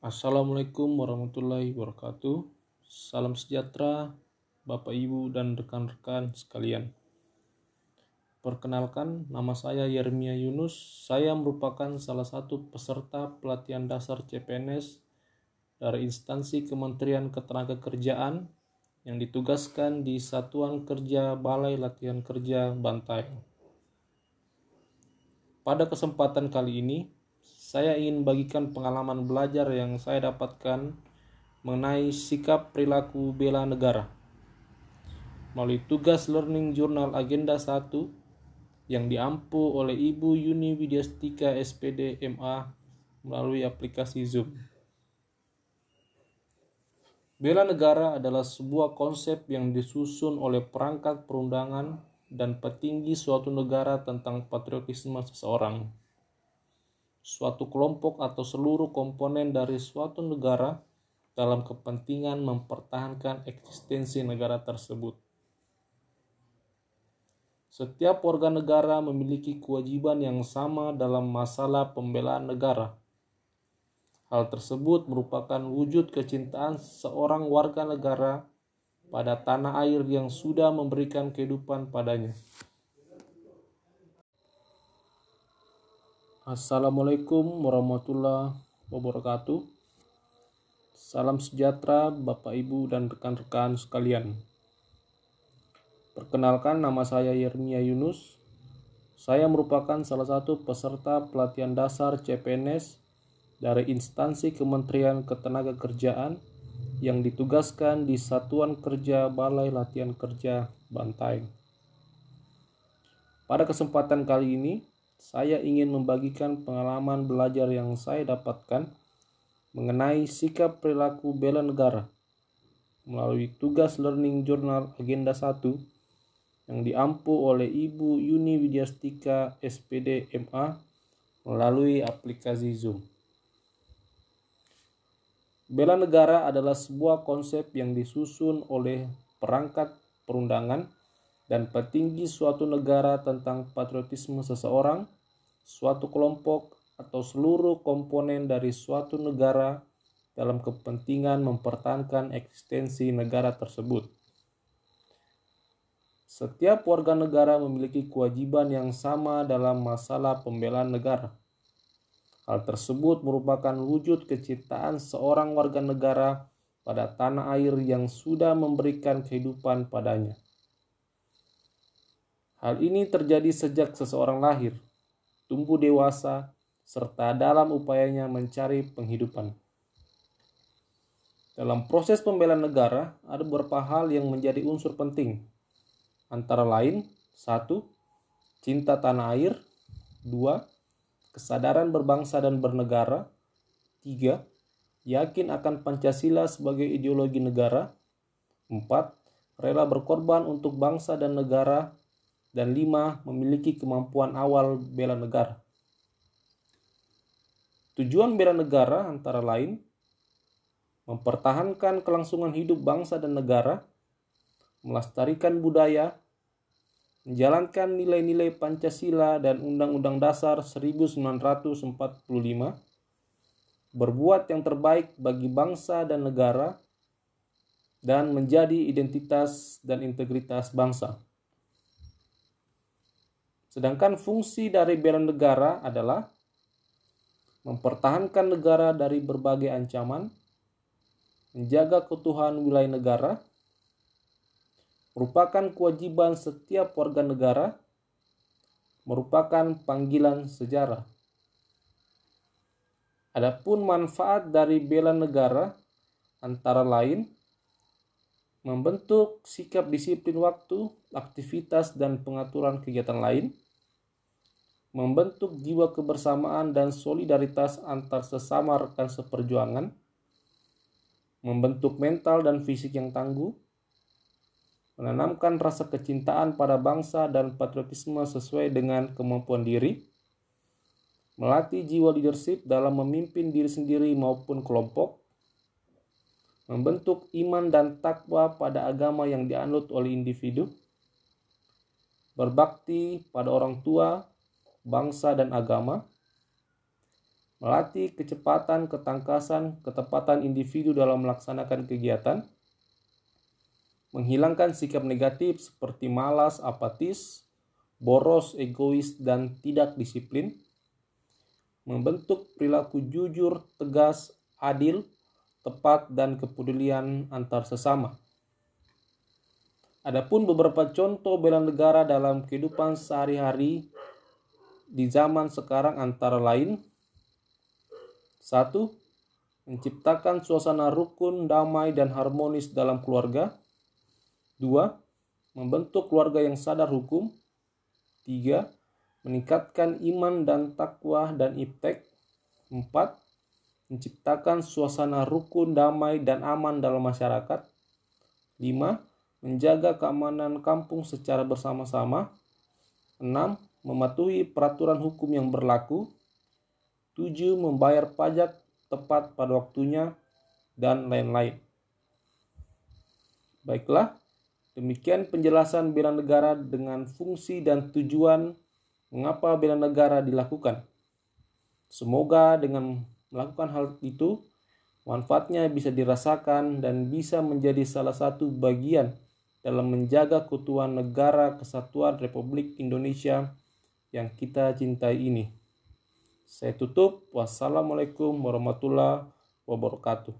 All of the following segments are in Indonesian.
Assalamualaikum warahmatullahi wabarakatuh. Salam sejahtera Bapak Ibu dan rekan-rekan sekalian. Perkenalkan, nama saya Yermia Yunus. Saya merupakan salah satu peserta pelatihan dasar CPNS dari instansi Kementerian Ketenagakerjaan yang ditugaskan di Satuan Kerja Balai Latihan Kerja Bantaeng. Pada kesempatan kali ini, saya ingin bagikan pengalaman belajar yang saya dapatkan mengenai sikap perilaku bela negara melalui tugas Learning Journal Agenda 1 yang diampu oleh Ibu Yuni Widyastika SPD MA melalui aplikasi Zoom. Bela negara adalah sebuah konsep yang disusun oleh perangkat perundangan dan petinggi suatu negara tentang patriotisme seseorang, suatu kelompok atau seluruh komponen dari suatu negara dalam kepentingan mempertahankan eksistensi negara tersebut. Setiap warga negara memiliki kewajiban yang sama dalam masalah pembelaan negara. Hal tersebut merupakan wujud kecintaan seorang warga negara pada tanah air yang sudah memberikan kehidupan padanya. Assalamualaikum warahmatullahi wabarakatuh. Salam sejahtera Bapak Ibu dan rekan-rekan sekalian. Perkenalkan, nama saya Yermia Yunus. Saya merupakan salah satu peserta pelatihan dasar CPNS dari instansi Kementerian Ketenagakerjaan yang ditugaskan di Satuan Kerja Balai Latihan Kerja Bantaeng. Pada kesempatan kali ini, saya ingin membagikan pengalaman belajar yang saya dapatkan mengenai sikap perilaku bela negara melalui tugas Learning Journal Agenda 1 yang diampu oleh Ibu Yuni Widyastika SPD MA melalui aplikasi Zoom. Bela negara adalah sebuah konsep yang disusun oleh perangkat perundangan dan petinggi suatu negara tentang patriotisme seseorang, suatu kelompok, atau seluruh komponen dari suatu negara dalam kepentingan mempertahankan eksistensi negara tersebut. Setiap warga negara memiliki kewajiban yang sama dalam masalah pembelaan negara. Hal tersebut merupakan wujud kecintaan seorang warga negara pada tanah air yang sudah memberikan kehidupan padanya. Hal ini terjadi sejak seseorang lahir, tumbuh dewasa, serta dalam upayanya mencari penghidupan. Dalam proses pembelaan negara, ada beberapa hal yang menjadi unsur penting. Antara lain, 1. Cinta tanah air. 2. Kesadaran berbangsa dan bernegara. 3. Yakin akan Pancasila sebagai ideologi negara. 4. Rela berkorban untuk bangsa dan negara. Dan 5. Memiliki kemampuan awal bela negara. Tujuan bela negara antara lain mempertahankan kelangsungan hidup bangsa dan negara, melestarikan budaya, menjalankan nilai-nilai Pancasila dan Undang-Undang Dasar 1945, berbuat yang terbaik bagi bangsa dan negara, dan menjadi identitas dan integritas bangsa. Sedangkan fungsi dari bela negara adalah mempertahankan negara dari berbagai ancaman, menjaga keutuhan wilayah negara, merupakan kewajiban setiap warga negara, merupakan panggilan sejarah. Adapun manfaat dari bela negara antara lain membentuk sikap disiplin waktu, aktivitas dan pengaturan kegiatan lain, membentuk jiwa kebersamaan dan solidaritas antar sesama rekan seperjuangan, membentuk mental dan fisik yang tangguh, menanamkan rasa kecintaan pada bangsa dan patriotisme sesuai dengan kemampuan diri, melatih jiwa leadership dalam memimpin diri sendiri maupun kelompok, membentuk iman dan takwa pada agama yang dianut oleh individu, berbakti pada orang tua, bangsa dan agama, melatih kecepatan, ketangkasan, ketepatan individu dalam melaksanakan kegiatan, menghilangkan sikap negatif seperti malas, apatis, boros, egois, dan tidak disiplin, membentuk perilaku jujur, tegas, adil, tepat, dan kepedulian antar sesama. Adapun beberapa contoh bela negara dalam kehidupan sehari-hari di zaman sekarang antara lain: 1. Menciptakan suasana rukun, damai, dan harmonis dalam keluarga. 2. Membentuk keluarga yang sadar hukum. 3. Meningkatkan iman dan takwa dan iptek. 4. Menciptakan suasana rukun, damai, dan aman dalam masyarakat. 5. Menjaga keamanan kampung secara bersama-sama. 6. Mematuhi peraturan hukum yang berlaku. 7. Membayar pajak tepat pada waktunya, dan lain-lain. Baiklah, demikian penjelasan bela negara dengan fungsi dan tujuan mengapa bela negara dilakukan. Semoga dengan melakukan hal itu, manfaatnya bisa dirasakan dan bisa menjadi salah satu bagian dalam menjaga keutuhan negara kesatuan Republik Indonesia yang kita cintai ini. Saya tutup. Wassalamualaikum warahmatullahi wabarakatuh.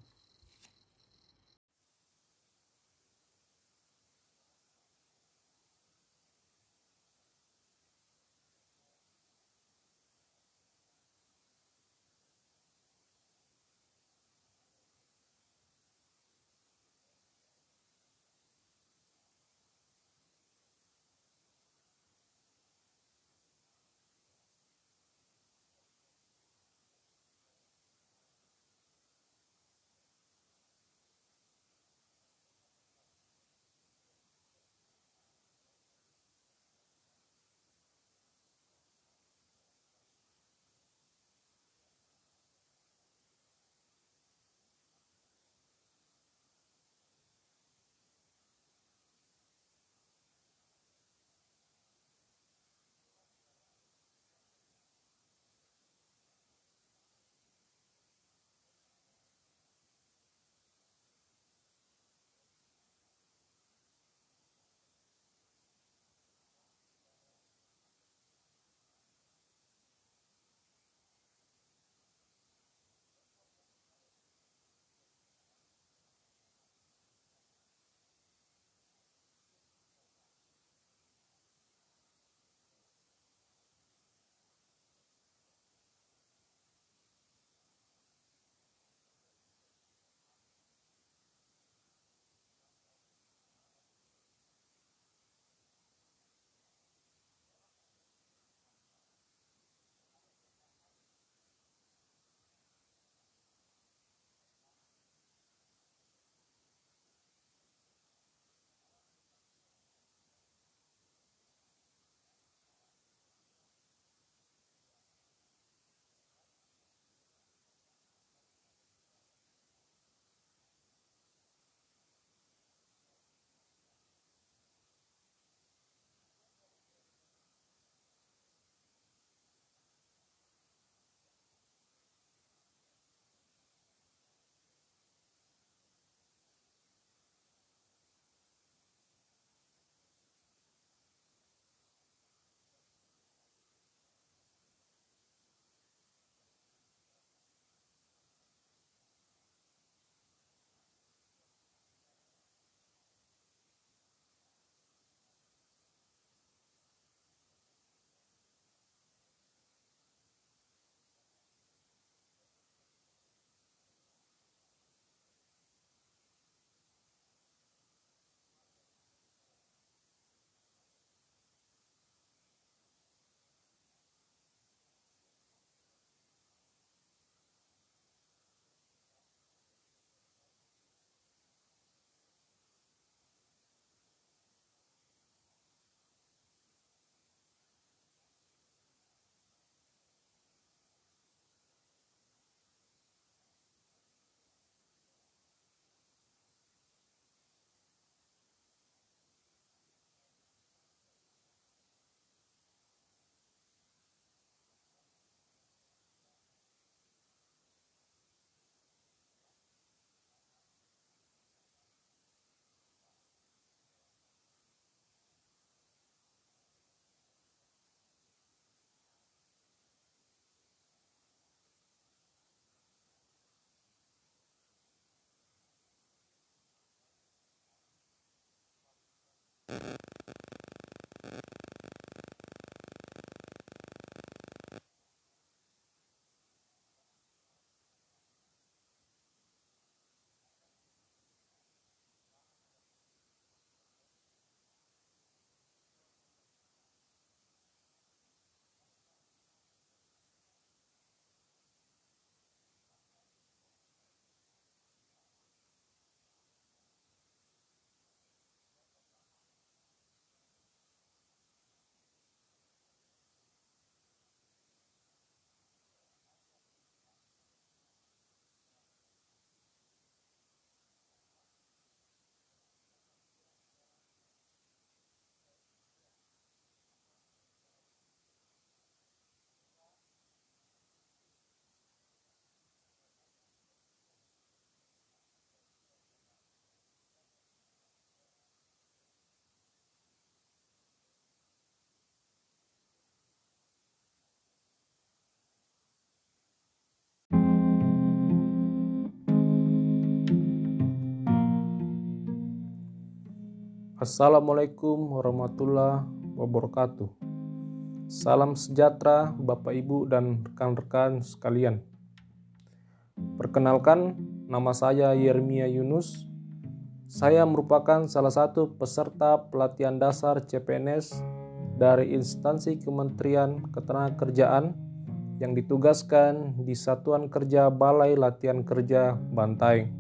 Assalamualaikum warahmatullahi wabarakatuh. Salam sejahtera Bapak Ibu dan rekan-rekan sekalian. Perkenalkan, nama saya Yeremia Yunus. Saya merupakan salah satu peserta pelatihan dasar CPNS dari instansi Kementerian Ketenagakerjaan yang ditugaskan di Satuan Kerja Balai Latihan Kerja Bantaeng.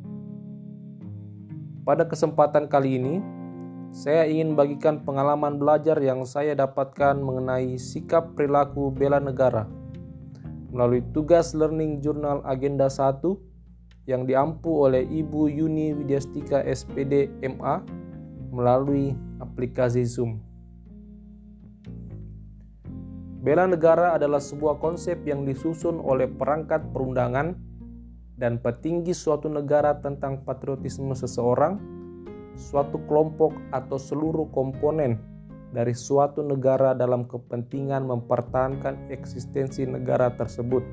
Pada kesempatan kali ini, saya ingin bagikan pengalaman belajar yang saya dapatkan mengenai sikap perilaku bela negara melalui tugas Learning Journal Agenda 1 yang diampu oleh Ibu Yuni Widyastika SPD MA melalui aplikasi Zoom. Bela negara adalah sebuah konsep yang disusun oleh perangkat perundangan dan petinggi suatu negara tentang patriotisme seseorang, suatu kelompok atau seluruh komponen dari suatu negara dalam kepentingan mempertahankan eksistensi negara tersebut.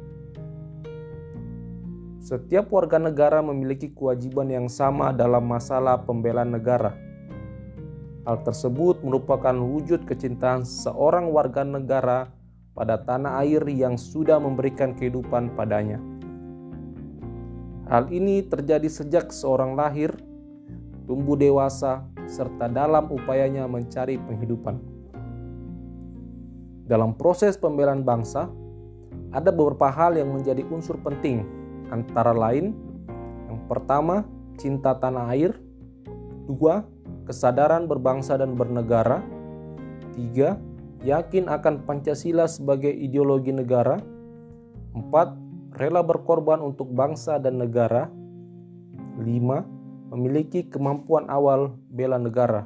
Setiap warga negara memiliki kewajiban yang sama dalam masalah pembelaan negara. Hal tersebut merupakan wujud kecintaan seorang warga negara pada tanah air yang sudah memberikan kehidupan padanya. Hal ini terjadi sejak seorang lahir, tumbuh dewasa, serta dalam upayanya mencari penghidupan. Dalam proses pembelaan bangsa, ada beberapa hal yang menjadi unsur penting, antara lain, yang pertama, cinta tanah air, 2, kesadaran berbangsa dan bernegara, 3, yakin akan Pancasila sebagai ideologi negara, 4, rela berkorban untuk bangsa dan negara, 5, memiliki kemampuan awal bela negara.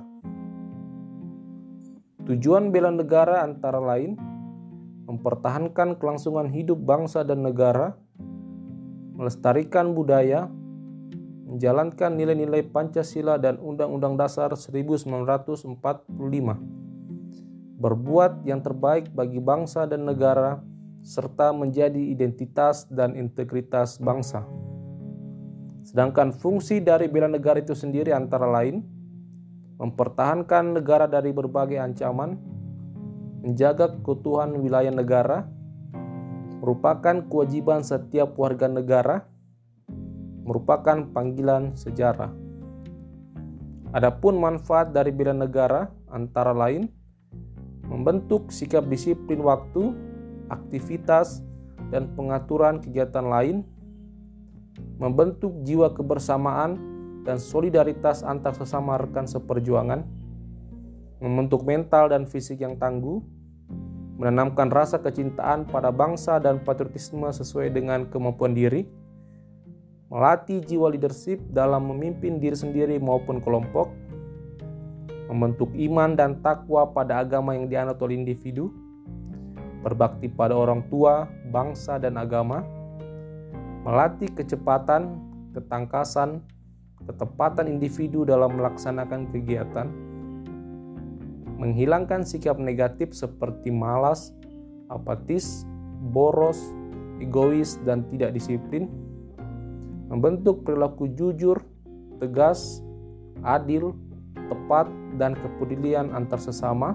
Tujuan bela negara antara lain mempertahankan kelangsungan hidup bangsa dan negara, melestarikan budaya, menjalankan nilai-nilai Pancasila dan Undang-Undang Dasar 1945, berbuat yang terbaik bagi bangsa dan negara, serta menjadi identitas dan integritas bangsa. Sedangkan fungsi dari bela negara itu sendiri antara lain mempertahankan negara dari berbagai ancaman, menjaga keutuhan wilayah negara, merupakan kewajiban setiap warga negara, merupakan panggilan sejarah. Adapun manfaat dari bela negara antara lain membentuk sikap disiplin waktu, aktivitas, dan pengaturan kegiatan lain, membentuk jiwa kebersamaan dan solidaritas antar sesama rekan seperjuangan, membentuk mental dan fisik yang tangguh, menanamkan rasa kecintaan pada bangsa dan patriotisme sesuai dengan kemampuan diri, melatih jiwa leadership dalam memimpin diri sendiri maupun kelompok, membentuk iman dan takwa pada agama yang dianut oleh individu, berbakti pada orang tua, bangsa, dan agama, melatih kecepatan, ketangkasan, ketepatan individu dalam melaksanakan kegiatan, menghilangkan sikap negatif seperti malas, apatis, boros, egois, dan tidak disiplin, membentuk perilaku jujur, tegas, adil, tepat, dan kepedulian antar sesama.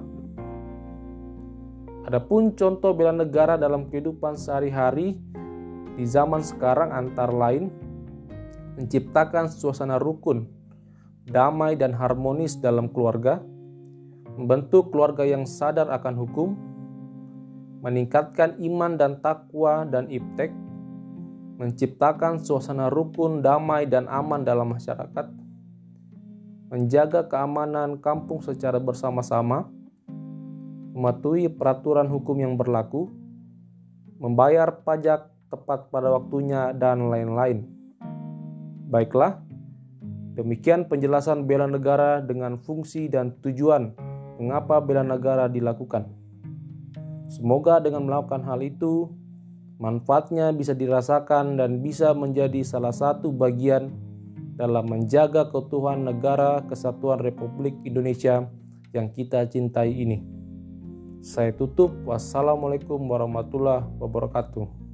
Adapun contoh bela negara dalam kehidupan sehari-hari di zaman sekarang antara lain menciptakan suasana rukun, damai dan harmonis dalam keluarga, membentuk keluarga yang sadar akan hukum, meningkatkan iman dan takwa dan iptek, menciptakan suasana rukun, damai dan aman dalam masyarakat, menjaga keamanan kampung secara bersama-sama, mematuhi peraturan hukum yang berlaku, membayar pajak tepat pada waktunya, dan lain-lain. Baiklah, demikian penjelasan bela negara dengan fungsi dan tujuan mengapa bela negara dilakukan. Semoga dengan melakukan hal itu, manfaatnya bisa dirasakan dan bisa menjadi salah satu bagian dalam menjaga keutuhan negara Kesatuan Republik Indonesia yang kita cintai ini. Saya tutup. Wassalamualaikum warahmatullahi wabarakatuh.